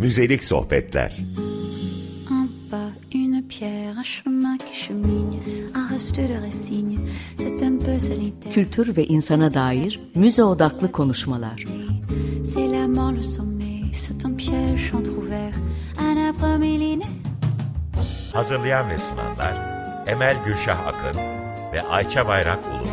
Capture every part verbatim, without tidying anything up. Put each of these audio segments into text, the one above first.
Müzelik sohbetler. Un pas, une pierre, un chemin qui chemine, un reste de racine, c'est un peu solitaire. Kültür ve insana dair müze odaklı konuşmalar. C'est la mort, le sommeil, c'est un piège entrouvert, un arbre millénaire. Hazırlayan ve sunanlar Emel Gülşah Akın ve Ayça Bayrak Ulu.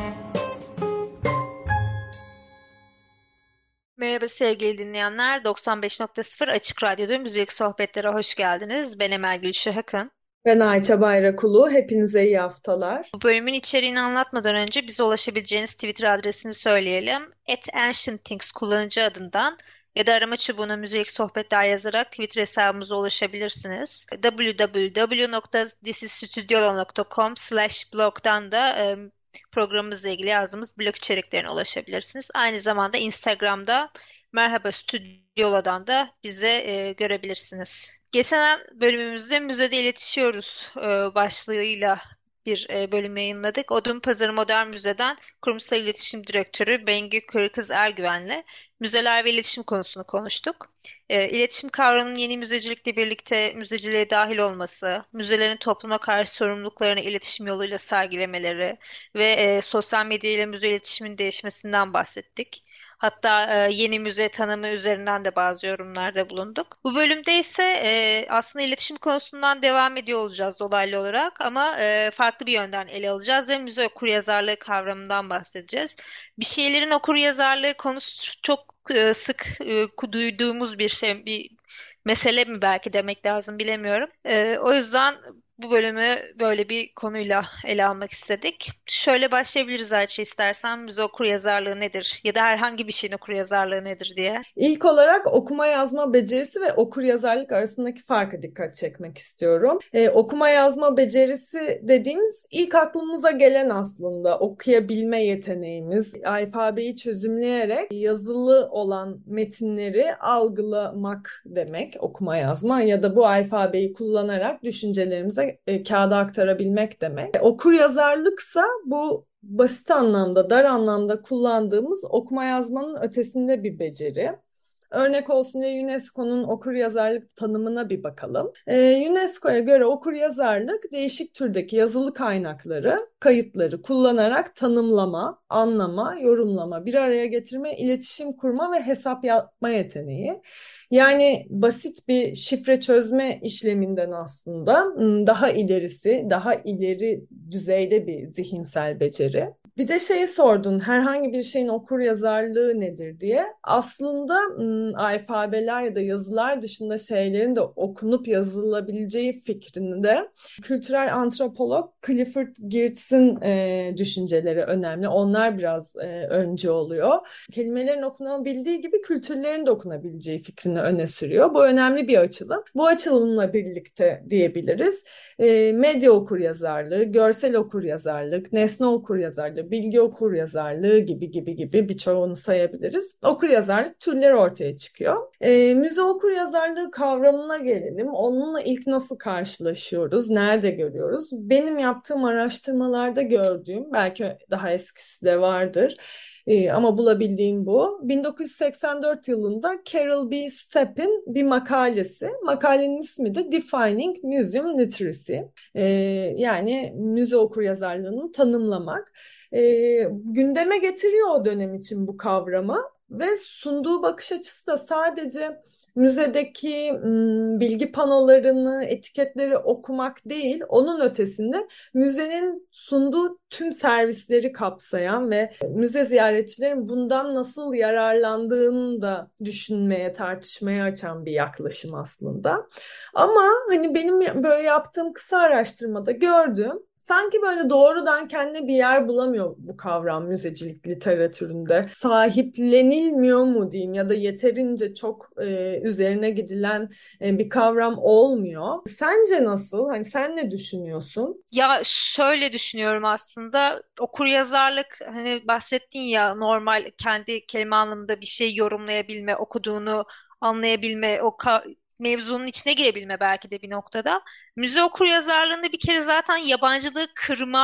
Merhaba sevgili dinleyenler, doksan beş nokta sıfır Açık Radyo'da Müzik Sohbetlere hoş geldiniz. Ben Emel Gülşah Akın. Ben Ayça Bayrakulu. Hepinize iyi haftalar. Bu bölümün içeriğini anlatmadan önce bize ulaşabileceğiniz Twitter adresini söyleyelim. at ancient things kullanıcı adından ya da arama çubuğuna Müzik Sohbetler yazarak Twitter hesabımıza ulaşabilirsiniz. double-u double-u double-u nokta thisisstudiolo nokta com slash blog'dan da e, programımızla ilgili yazdığımız blog içeriklerine ulaşabilirsiniz. Aynı zamanda Instagram'da Merhaba Stüdyolo'dan da bize e, görebilirsiniz. Geçen bölümümüzde müzede iletişiyoruz e, başlığıyla bir e, bölüm yayınladık. Odunpazarı Modern Müze'den Kurumsal İletişim Direktörü Bengü Kırkız Ergüven'le müzeler ve iletişim konusunu konuştuk. E, iletişim kavramının yeni müzecilikle birlikte müzeciliğe dahil olması, müzelerin topluma karşı sorumluluklarını iletişim yoluyla sergilemeleri ve e, sosyal medya ile müze iletişimin değişmesinden bahsettik. Hatta e, yeni müze tanımı üzerinden de bazı yorumlarda bulunduk. Bu bölümde ise e, aslında iletişim konusundan devam ediyor olacağız dolaylı olarak ama e, farklı bir yönden ele alacağız ve müze okuryazarlığı kavramından bahsedeceğiz. Bir şeylerin okuryazarlığı konusu çok e, sık e, duyduğumuz bir şey, bir mesele mi belki demek lazım bilemiyorum. E, o yüzden bu bölümü böyle bir konuyla ele almak istedik. Şöyle başlayabiliriz Ayça istersen. Müze okuryazarlığı nedir? Ya da herhangi bir şeyin okuryazarlığı nedir diye. İlk olarak okuma yazma becerisi ve okuryazarlık arasındaki farka dikkat çekmek istiyorum. Ee, okuma yazma becerisi dediğimiz ilk aklımıza gelen aslında okuyabilme yeteneğimiz. Alfabeyi çözümleyerek yazılı olan metinleri algılamak demek okuma yazma ya da bu alfabeyi kullanarak düşüncelerimize e, kağıda aktarabilmek demek. E, okuryazarlıksa bu basit anlamda, dar anlamda kullandığımız okuma yazmanın ötesinde bir beceri. Örnek olsun diye UNESCO'nun okuryazarlık tanımına bir bakalım. Ee, UNESCO'ya göre okuryazarlık değişik türdeki yazılı kaynakları, kayıtları kullanarak tanımlama, anlama, yorumlama, bir araya getirme, iletişim kurma ve hesap yapma yeteneği. Yani basit bir şifre çözme işleminden aslında daha ilerisi, daha ileri düzeyde bir zihinsel beceri. Bir de şeyi sordun, herhangi bir şeyin okuryazarlığı nedir diye. Aslında m, alfabeler ya da yazılar dışında şeylerin de okunup yazılabileceği fikrinde kültürel antropolog Clifford Geertz'in e, düşünceleri önemli. Onlar biraz e, önce oluyor. Kelimelerin okunabildiği gibi kültürlerin de okunabileceği fikrini öne sürüyor. Bu önemli bir açılım. Bu açılımla birlikte diyebiliriz. E, medya okuryazarlığı, görsel okuryazarlık, nesne okuryazarlığı, bilgi okuryazarlığı gibi gibi gibi birçoğunu sayabiliriz. Okuryazarlık türleri ortaya çıkıyor. E, müze okuryazarlığı kavramına gelelim. Onunla ilk nasıl karşılaşıyoruz? Nerede görüyoruz? Benim yaptığım araştırmalarda gördüğüm, belki daha eskisi de vardır. Ee, ama bulabildiğim bu. bin dokuz yüz seksen dört yılında Carol B. Stepp'in bir makalesi. Makalenin ismi de Defining Museum Literacy. Ee, yani müze okuryazarlığını tanımlamak. Ee, gündeme getiriyor o dönem için bu kavramı ve sunduğu bakış açısı da sadece müzedeki m, bilgi panolarını, etiketleri okumak değil, onun ötesinde müzenin sunduğu tüm servisleri kapsayan ve müze ziyaretçilerin bundan nasıl yararlandığını da düşünmeye, tartışmaya açan bir yaklaşım aslında. Ama hani benim böyle yaptığım kısa araştırmada gördüğüm, sanki böyle doğrudan kendine bir yer bulamıyor bu kavram müzecilik literatüründe. Sahiplenilmiyor mu diyeyim ya da yeterince çok e, üzerine gidilen e, bir kavram olmuyor. Sence nasıl? Hani sen ne düşünüyorsun? Ya şöyle düşünüyorum aslında okuryazarlık hani bahsettin ya normal kendi kelime anlamında bir şey yorumlayabilme, okuduğunu anlayabilme, o ka- mevzunun içine girebilme belki de bir noktada. Müze okuryazarlığında bir kere zaten yabancılığı kırma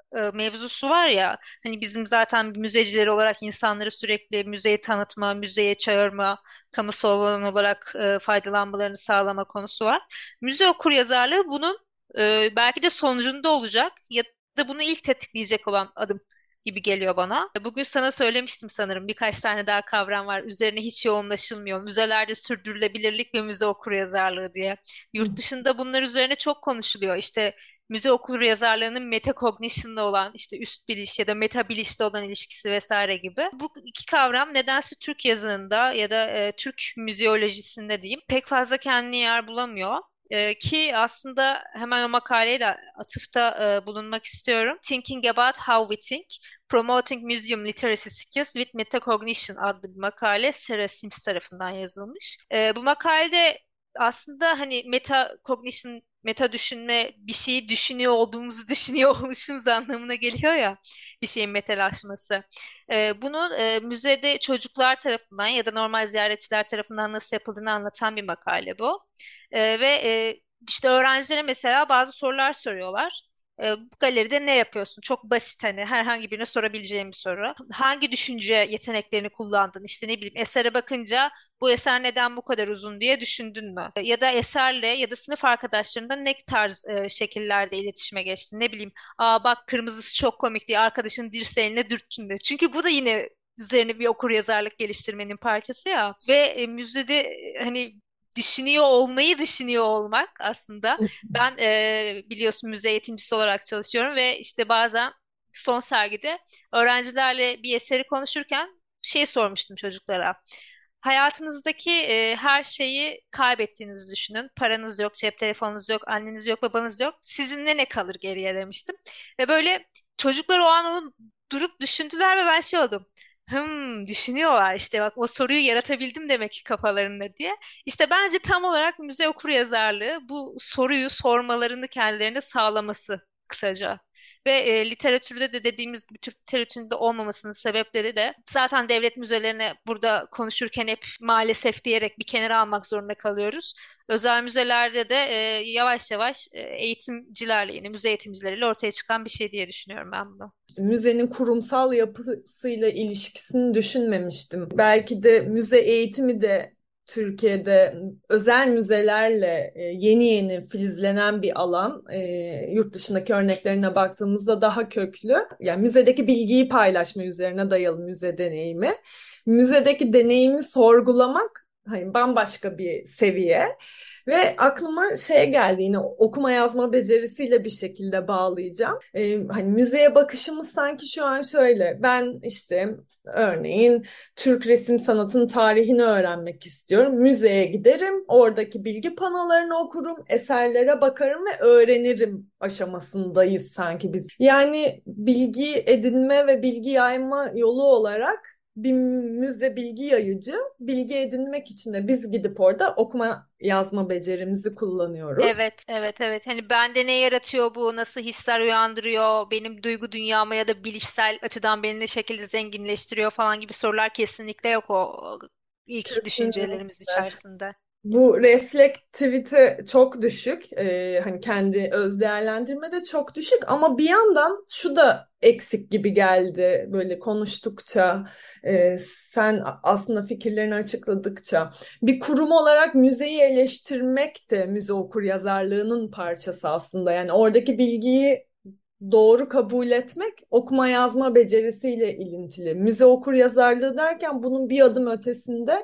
e, mevzusu var ya, hani bizim zaten müzeciler olarak insanları sürekli müzeyi tanıtma, müzeye çağırma, kamusal alan olarak e, faydalanmalarını sağlama konusu var. Müze okuryazarlığı bunun e, belki de sonucunda olacak ya da bunu ilk tetikleyecek olan adım gibi geliyor bana. Bugün sana söylemiştim sanırım, birkaç tane daha kavram var. Üzerine hiç yoğunlaşılmıyor. Müzelerde sürdürülebilirlik ve müze okuryazarlığı diye. Yurt dışında bunlar üzerine çok konuşuluyor. İşte müze okuryazarlığının metacognition'la olan, işte üst biliş ya da meta bilişle olan ilişkisi vesaire gibi. Bu iki kavram nedense Türk yazınında ya da e, Türk müzeolojisinde diyeyim pek fazla kendine yer bulamıyor. Ee, ki aslında hemen o makaleye de atıfta e, bulunmak istiyorum. Thinking About How We Think, Promoting Museum Literacy Skills with Metacognition adlı bir makale Sarah Sims tarafından yazılmış. Ee, bu makalede aslında hani metacognition, meta düşünme, bir şeyi düşünüyor olduğumuzu düşünüyor oluşumuz anlamına geliyor ya, bir şeyin metalaşması. Ee, bunu e, müzede çocuklar tarafından ya da normal ziyaretçiler tarafından nasıl yapıldığını anlatan bir makale bu. Ee, ve e, işte öğrencilere mesela bazı sorular soruyorlar. Ee, bu galeride ne yapıyorsun? Çok basit, hani herhangi birine sorabileceğim bir soru. Hangi düşünce yeteneklerini kullandın? İşte ne bileyim, esere bakınca bu eser neden bu kadar uzun diye düşündün mü? Ya da eserle ya da sınıf arkadaşlarında ne tarz e, şekillerde iletişime geçtin? Ne bileyim, aa bak kırmızısı çok komik diye arkadaşın dirseğine dürttün mü? Çünkü bu da yine üzerine bir okuryazarlık geliştirmenin parçası ya. Ve e, müzede e, hani düşünüyor olmayı düşünüyor olmak aslında. Ben e, biliyorsun müze eğitimcisi olarak çalışıyorum ve işte bazen son sergide öğrencilerle bir eseri konuşurken şey sormuştum çocuklara. Hayatınızdaki e, her şeyi kaybettiğinizi düşünün. Paranız yok, cep telefonunuz yok, anneniz yok, babanız yok. Sizinle ne kalır geriye demiştim. Ve böyle çocuklar o an onu durup düşündüler ve ben şey oldum. Hmm, düşünüyorlar işte, bak o soruyu yaratabildim demek ki kafalarında diye. İşte bence tam olarak müze okuryazarlığı bu soruyu sormalarını kendilerine sağlaması kısaca. Ve e, literatürde de dediğimiz gibi Türk literatüründe olmamasının sebepleri de zaten devlet müzelerine burada konuşurken hep maalesef diyerek bir kenara almak zorunda kalıyoruz. Özel müzelerde de e, yavaş yavaş e, eğitimcilerle, yine müze eğitimcileriyle ortaya çıkan bir şey diye düşünüyorum ben bunu. Müzenin kurumsal yapısıyla ilişkisini düşünmemiştim. Belki de müze eğitimi de Türkiye'de özel müzelerle e, yeni yeni filizlenen bir alan. E, yurt dışındaki örneklerine baktığımızda daha köklü. Yani müzedeki bilgiyi paylaşma üzerine dayalı müze deneyimi. Müzedeki deneyimi sorgulamak hani bambaşka bir seviye. Ve aklıma şey geldi, yine okuma yazma becerisiyle bir şekilde bağlayacağım. Ee, hani müzeye bakışımız sanki şu an şöyle. Ben işte örneğin Türk resim sanatının tarihini öğrenmek istiyorum. Müzeye giderim, oradaki bilgi panolarını okurum, eserlere bakarım ve öğrenirim aşamasındayız sanki biz. Yani bilgi edinme ve bilgi yayma yolu olarak bir müze bilgi yayıcı, bilgi edinmek için de biz gidip orada okuma yazma becerimizi kullanıyoruz. Evet, evet, evet. Hani bende ne yaratıyor bu, nasıl hisler uyandırıyor, benim duygu dünyama ya da bilişsel açıdan beni ne şekilde zenginleştiriyor falan gibi sorular kesinlikle yok o ilk düşüncelerimiz Kesinlikle. içerisinde. Bu reflektivite çok düşük. Ee, hani kendi öz değerlendirme de çok düşük ama bir yandan şu da eksik gibi geldi böyle konuştukça, e, sen aslında fikirlerini açıkladıkça. Bir kurum olarak müzeyi eleştirmek de müze okuryazarlığının parçası aslında. Yani oradaki bilgiyi doğru kabul etmek okuma yazma becerisiyle ilintili. Müze okuryazarlığı derken bunun bir adım ötesinde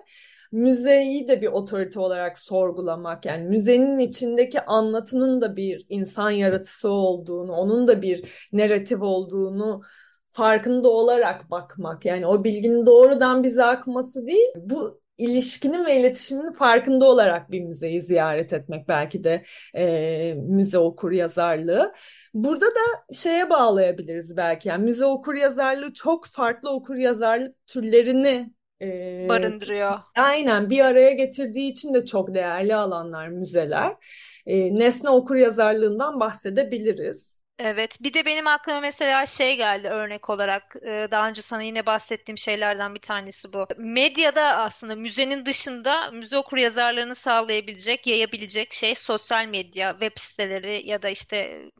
müzeyi de bir otorite olarak sorgulamak, yani müzenin içindeki anlatının da bir insan yaratısı olduğunu, onun da bir narratif olduğunu farkında olarak bakmak. Yani o bilginin doğrudan bize akması değil, bu ilişkinin ve iletişimin farkında olarak bir müzeyi ziyaret etmek belki de e, müze okuryazarlığı. Burada da şeye bağlayabiliriz belki. Yani müze okuryazarlığı çok farklı okuryazarlık türlerini e, Barındırıyor. aynen bir araya getirdiği için de çok değerli alanlar müzeler. E, nesne okuryazarlığından bahsedebiliriz. Evet, bir de benim aklıma mesela şey geldi örnek olarak. Ee, daha önce sana yine bahsettiğim şeylerden bir tanesi bu. Medyada aslında müzenin dışında müze okuryazarlığını sağlayabilecek, yayabilecek şey sosyal medya, web siteleri ya da işte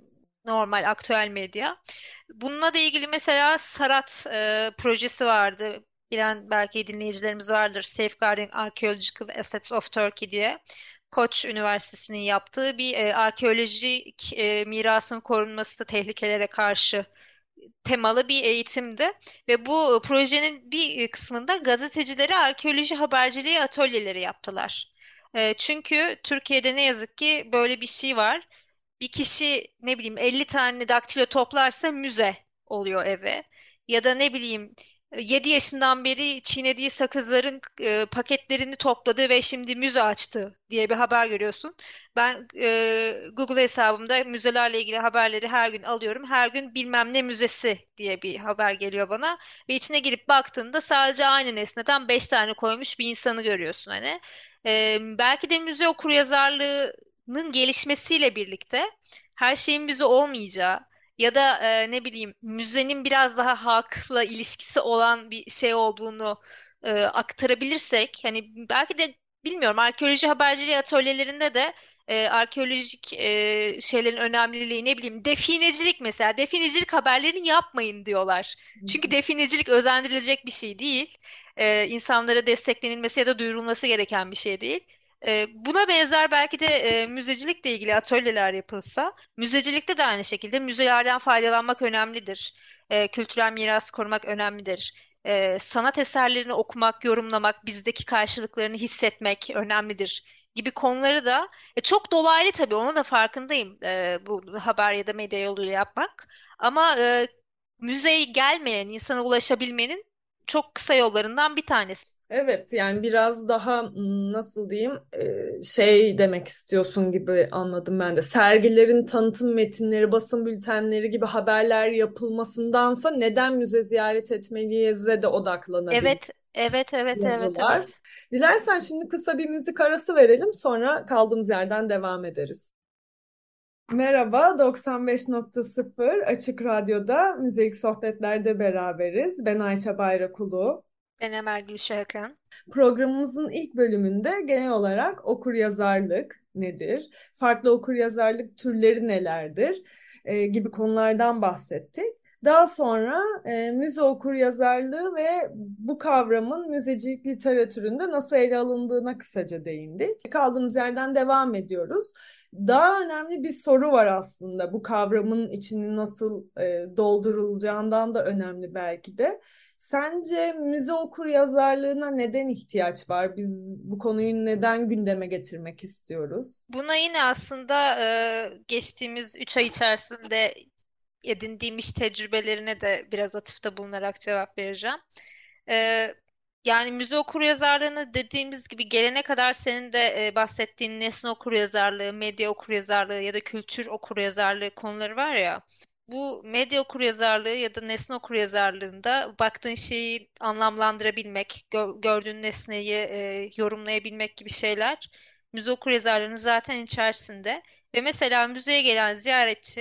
normal aktüel medya. Bununla da ilgili mesela Sarat e, projesi vardı. Bilen belki dinleyicilerimiz vardır. Safeguarding Archaeological Assets of Turkey diye. Koç Üniversitesi'nin yaptığı bir e, arkeolojik e, mirasın korunması da tehlikelere karşı temalı bir eğitimdi ve bu projenin bir kısmında gazetecilere arkeoloji haberciliği atölyeleri yaptılar. E, çünkü Türkiye'de ne yazık ki böyle bir şey var. Bir kişi ne bileyim elli tane daktilo toplarsa müze oluyor eve. Ya da ne bileyim yedi yaşından beri çiğnediği sakızların e, paketlerini topladı ve şimdi müze açtı diye bir haber görüyorsun. Ben e, Google hesabımda müzelerle ilgili haberleri her gün alıyorum. Her gün bilmem ne müzesi diye bir haber geliyor bana. Ve içine girip baktığında sadece aynı nesneden beş tane koymuş bir insanı görüyorsun hani. E, belki de müze okuryazarlığının gelişmesiyle birlikte her şeyin müze olmayacağı ya da e, ne bileyim müzenin biraz daha halkla ilişkisi olan bir şey olduğunu e, aktarabilirsek hani belki de bilmiyorum arkeoloji haberciliği atölyelerinde de e, arkeolojik e, şeylerin önemliliği ne bileyim definecilik mesela definecilik haberlerini yapmayın diyorlar. Çünkü definecilik özendirilecek bir şey değil. E, insanlara desteklenilmesi ya da duyurulması gereken bir şey değil. E, buna benzer belki de e, müzecilikle ilgili atölyeler yapılsa, müzecilikte de aynı şekilde müzelerden faydalanmak önemlidir. E, kültürel miras korumak önemlidir. E, sanat eserlerini okumak, yorumlamak, bizdeki karşılıklarını hissetmek önemlidir gibi konuları da e, çok dolaylı tabii onun da farkındayım e, bu haber ya da medya yoluyla yapmak. Ama e, müzeye gelmeyen insana ulaşabilmenin çok kısa yollarından bir tanesi. Evet, yani biraz daha hmm, nasıl diyeyim, e, şey demek istiyorsun gibi anladım ben de. Sergilerin tanıtım metinleri, basın bültenleri gibi haberler yapılmasındansa neden müze ziyaret etmeliyiz'e de odaklanabilir Evet, evet, evet, evet, yazılar. evet. Dilersen şimdi kısa bir müzik arası verelim, sonra kaldığımız yerden devam ederiz. Merhaba, doksan beş nokta sıfır Açık Radyo'da Müzik Sohbetler'de beraberiz. Ben Ayça Bayrakulu. Ben Emel Gülşahakın. Programımızın ilk bölümünde genel olarak okuryazarlık nedir, farklı okuryazarlık türleri nelerdir e, gibi konulardan bahsettik. Daha sonra e, müze okuryazarlığı ve bu kavramın müzecilik literatüründe nasıl ele alındığına kısaca değindik. Kaldığımız yerden devam ediyoruz. Daha önemli bir soru var aslında, bu kavramın içini nasıl e, doldurulacağından da önemli belki de. Sence müze okuryazarlığına neden ihtiyaç var? Biz bu konuyu neden gündeme getirmek istiyoruz? Buna yine aslında e, geçtiğimiz üç ay içerisinde edindiğim iş tecrübelerine de biraz atıfta bulunarak cevap vereceğim. E, Yani müze okuryazarlığını dediğimiz gibi gelene kadar senin de e, bahsettiğin nesne okuryazarlığı, medya okuryazarlığı ya da kültür okuryazarlığı konuları var ya. Bu medya okuryazarlığı ya da nesne okuryazarlığında baktığın şeyi anlamlandırabilmek, gö- gördüğün nesneyi e, yorumlayabilmek gibi şeyler müze okuryazarlığının zaten içerisinde. Ve mesela müzeye gelen ziyaretçi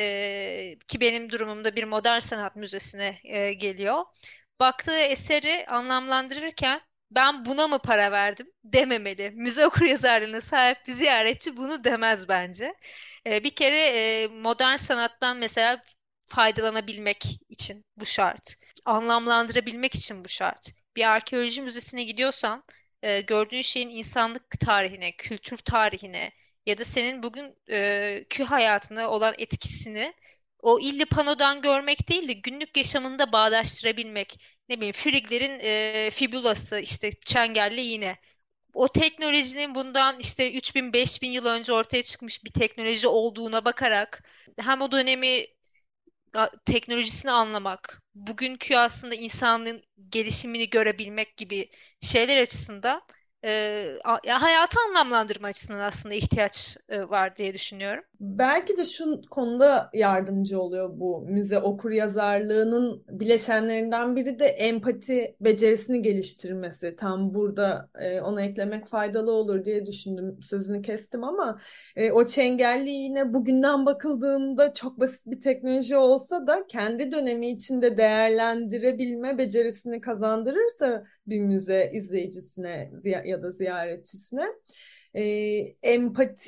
e, ki benim durumumda bir modern sanat müzesine e, geliyor. Baktığı eseri anlamlandırırken ben buna mı para verdim dememeli. Müze okuryazarlığına sahip bir ziyaretçi bunu demez bence. E, bir kere e, modern sanattan mesela faydalanabilmek için bu şart. Anlamlandırabilmek için bu şart. Bir arkeoloji müzesine gidiyorsan e, gördüğün şeyin insanlık tarihine, kültür tarihine ya da senin bugünkü hayatına olan etkisini o illi panodan görmek değil de günlük yaşamında bağdaştırabilmek. Ne bileyim Frigler'in e, fibulası işte çengelli iğne. O teknolojinin bundan işte üç bin beş bin yıl önce ortaya çıkmış bir teknoloji olduğuna bakarak hem o dönemi a- teknolojisini anlamak, bugünkü aslında insanlığın gelişimini görebilmek gibi şeyler açısından e, a- ya hayatı anlamlandırma açısından aslında ihtiyaç e, var diye düşünüyorum. Belki de şu konuda yardımcı oluyor bu müze okuryazarlığının bileşenlerinden biri de empati becerisini geliştirmesi. Tam burada e, ona eklemek faydalı olur diye düşündüm. Sözünü kestim ama e, o çengelli yine bugünden bakıldığında çok basit bir teknoloji olsa da kendi dönemi içinde değerlendirebilme becerisini kazandırırsa bir müze izleyicisine ziya- ya da ziyaretçisine e, empati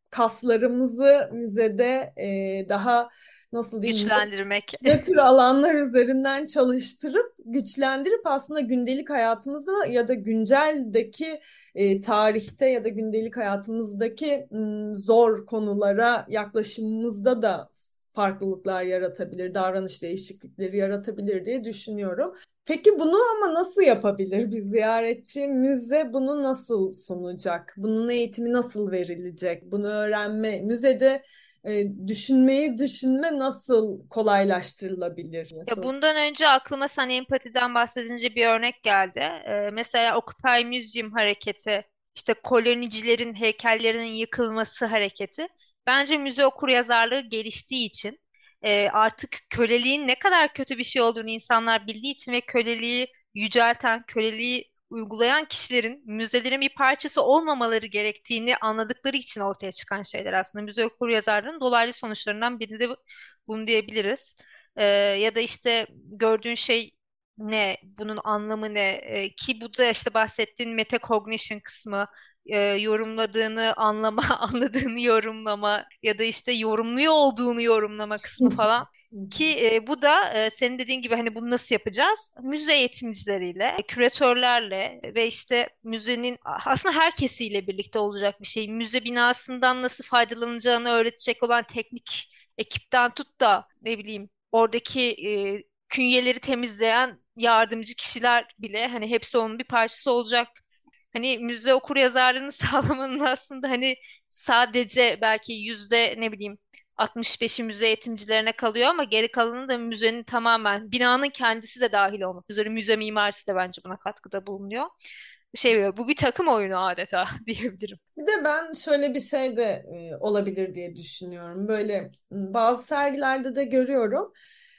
kaslarımızı müzede e, daha nasıl diyeyim Güçlendirmek. nötr alanlar üzerinden çalıştırıp güçlendirip aslında gündelik hayatımıza ya da günceldeki e, tarihte ya da gündelik hayatımızdaki m, zor konulara yaklaşımımızda da farklılıklar yaratabilir, davranış değişiklikleri yaratabilir diye düşünüyorum. Peki bunu ama nasıl yapabilir bir ziyaretçi? Müze bunu nasıl sunacak? Bunun eğitimi nasıl verilecek? Bunu öğrenme, müzede e, düşünmeyi düşünme nasıl kolaylaştırılabilir? Ya Nasıl? bundan önce aklıma sen empatiden bahsedince bir örnek geldi. Ee, mesela Occupy Museum hareketi, işte kolonicilerin heykellerinin yıkılması hareketi. Bence müze okuryazarlığı geliştiği için e, artık köleliğin ne kadar kötü bir şey olduğunu insanlar bildiği için ve köleliği yücelten, köleliği uygulayan kişilerin müzelerin bir parçası olmamaları gerektiğini anladıkları için ortaya çıkan şeyler aslında. Müze okuryazarlığının dolaylı sonuçlarından birini de bu- bunu diyebiliriz. Ee, ya da işte gördüğün şey ne, bunun anlamı ne? Ee, ki bu da işte bahsettiğin metacognition kısmı, e, yorumladığını anlama, anladığını yorumlama ya da işte yorumluyor olduğunu yorumlama kısmı falan. Ki e, bu da e, senin dediğin gibi hani bunu nasıl yapacağız? Müze eğitimcileriyle, küratörlerle ve işte müzenin aslında herkesiyle birlikte olacak bir şey. Müze binasından nasıl faydalanacağını öğretecek olan teknik ekipten tut da ne bileyim oradaki e, künyeleri temizleyen yardımcı kişiler bile hani hepsi onun bir parçası olacak. Hani müze okuryazarlığını sağlamanın aslında hani sadece belki yüzde ne bileyim altmış beşi müze eğitimcilerine kalıyor ama geri kalanı da müzenin tamamen binanın kendisi de dahil olmak üzere müze mimarisi de bence buna katkıda bulunuyor. Şey bu bir takım oyunu adeta diyebilirim. Bir de ben şöyle bir şey de e, olabilir diye düşünüyorum. Böyle m, bazı sergilerde de görüyorum.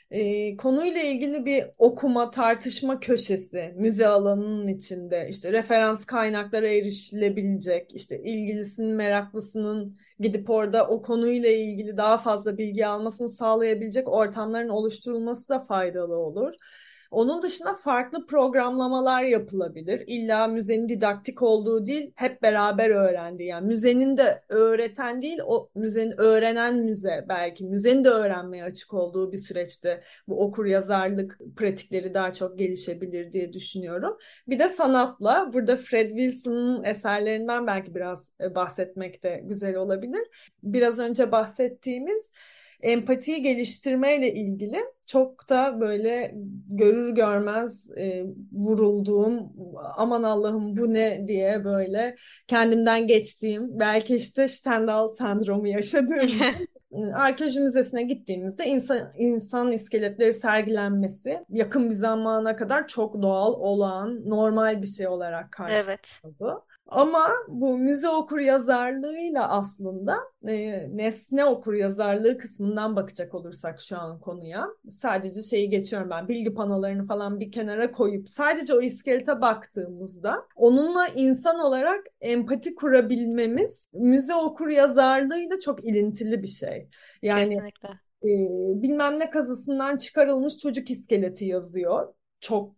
E, konuyla ilgili bir okuma, tartışma köşesi müze alanının içinde. İşte referans kaynaklara erişilebilecek, işte ilgilisinin, meraklısının gidip orada o konuyla ilgili daha fazla bilgi almasını sağlayabilecek ortamların oluşturulması da faydalı olur. Onun dışında farklı programlamalar yapılabilir. İlla müzenin didaktik olduğu değil, hep beraber öğrendiği. Yani müzenin de öğreten değil, o müzenin öğrenen müze belki. Müzenin de öğrenmeye açık olduğu bir süreçte bu okur yazarlık pratikleri daha çok gelişebilir diye düşünüyorum. Bir de sanatla, burada Fred Wilson'ın eserlerinden belki biraz e, bahsetmek de güzel olabilir. Biraz önce bahsettiğimiz empatiyi geliştirmeyle ilgili çok da böyle görür görmez e, vurulduğum, aman Allah'ım bu ne diye böyle kendimden geçtiğim, belki işte Stendhal sendromu yaşadığım için Arkeoloji Müzesi'ne gittiğimizde insan, insan iskeletleri sergilenmesi yakın bir zamana kadar çok doğal, olağan, normal bir şey olarak Evet. karşılanıyordu. Ama bu müze okuryazarlığıyla aslında e, nesne okuryazarlığı kısmından bakacak olursak şu an konuya. Sadece şeyi geçiyorum ben, bilgi panolarını falan bir kenara koyup sadece o iskelete baktığımızda onunla insan olarak empati kurabilmemiz müze okuryazarlığıyla çok ilintili bir şey. Yani Kesinlikle. e, bilmem ne kazısından çıkarılmış çocuk iskeleti yazıyor. Çok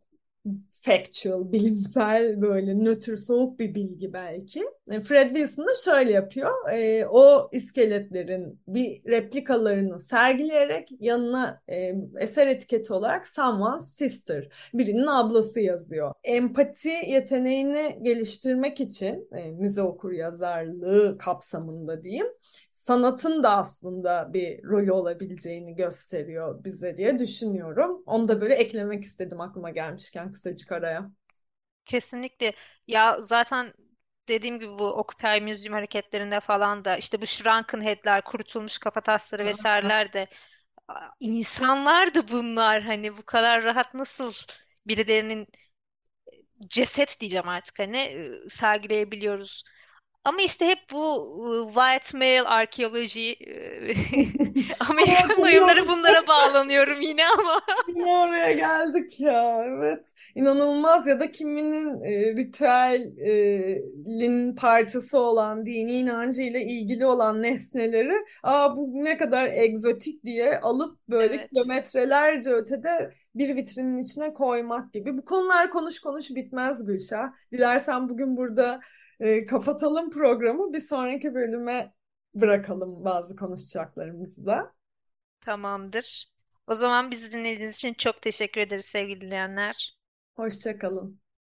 factual, bilimsel böyle nötr soğuk bir bilgi belki. E, Fred Wilson da şöyle yapıyor. E, o iskeletlerin bir replikalarını sergileyerek yanına e, eser etiketi olarak someone's sister, birinin ablası yazıyor. Empati yeteneğini geliştirmek için e, müze okuryazarlığı kapsamında diyeyim, sanatın da aslında bir rolü olabileceğini gösteriyor bize diye düşünüyorum. Onu da böyle eklemek istedim aklıma gelmişken kısacık araya. Kesinlikle. Ya zaten dediğim gibi bu Occupy Museum hareketlerinde falan da işte bu shrunken head'ler, kurutulmuş kafatasları vesaireler de a, insanlardı bunlar. Hani bu kadar rahat nasıl birilerinin ceset diyeceğim artık hani e, sergileyebiliyoruz. Ama işte hep bu e, white male arkeoloji, e, Ama Amerikan oyunları geliyoruz. bunlara bağlanıyorum yine ama. Yine oraya geldik ya. Evet. İnanılmaz, ya da kiminin e, ritüelin parçası olan dini inancıyla ilgili olan nesneleri, aa bu ne kadar egzotik diye alıp böyle Evet. kilometrelerce ötede bir vitrinin içine koymak gibi. Bu konular konuş konuş bitmez Gülşah. Dilersen bugün burada e, kapatalım programı. Bir sonraki bölüme bırakalım bazı konuşacaklarımızı da. Tamamdır. O zaman bizi dinlediğiniz için çok teşekkür ederiz sevgili dinleyenler. Hoşça kalın.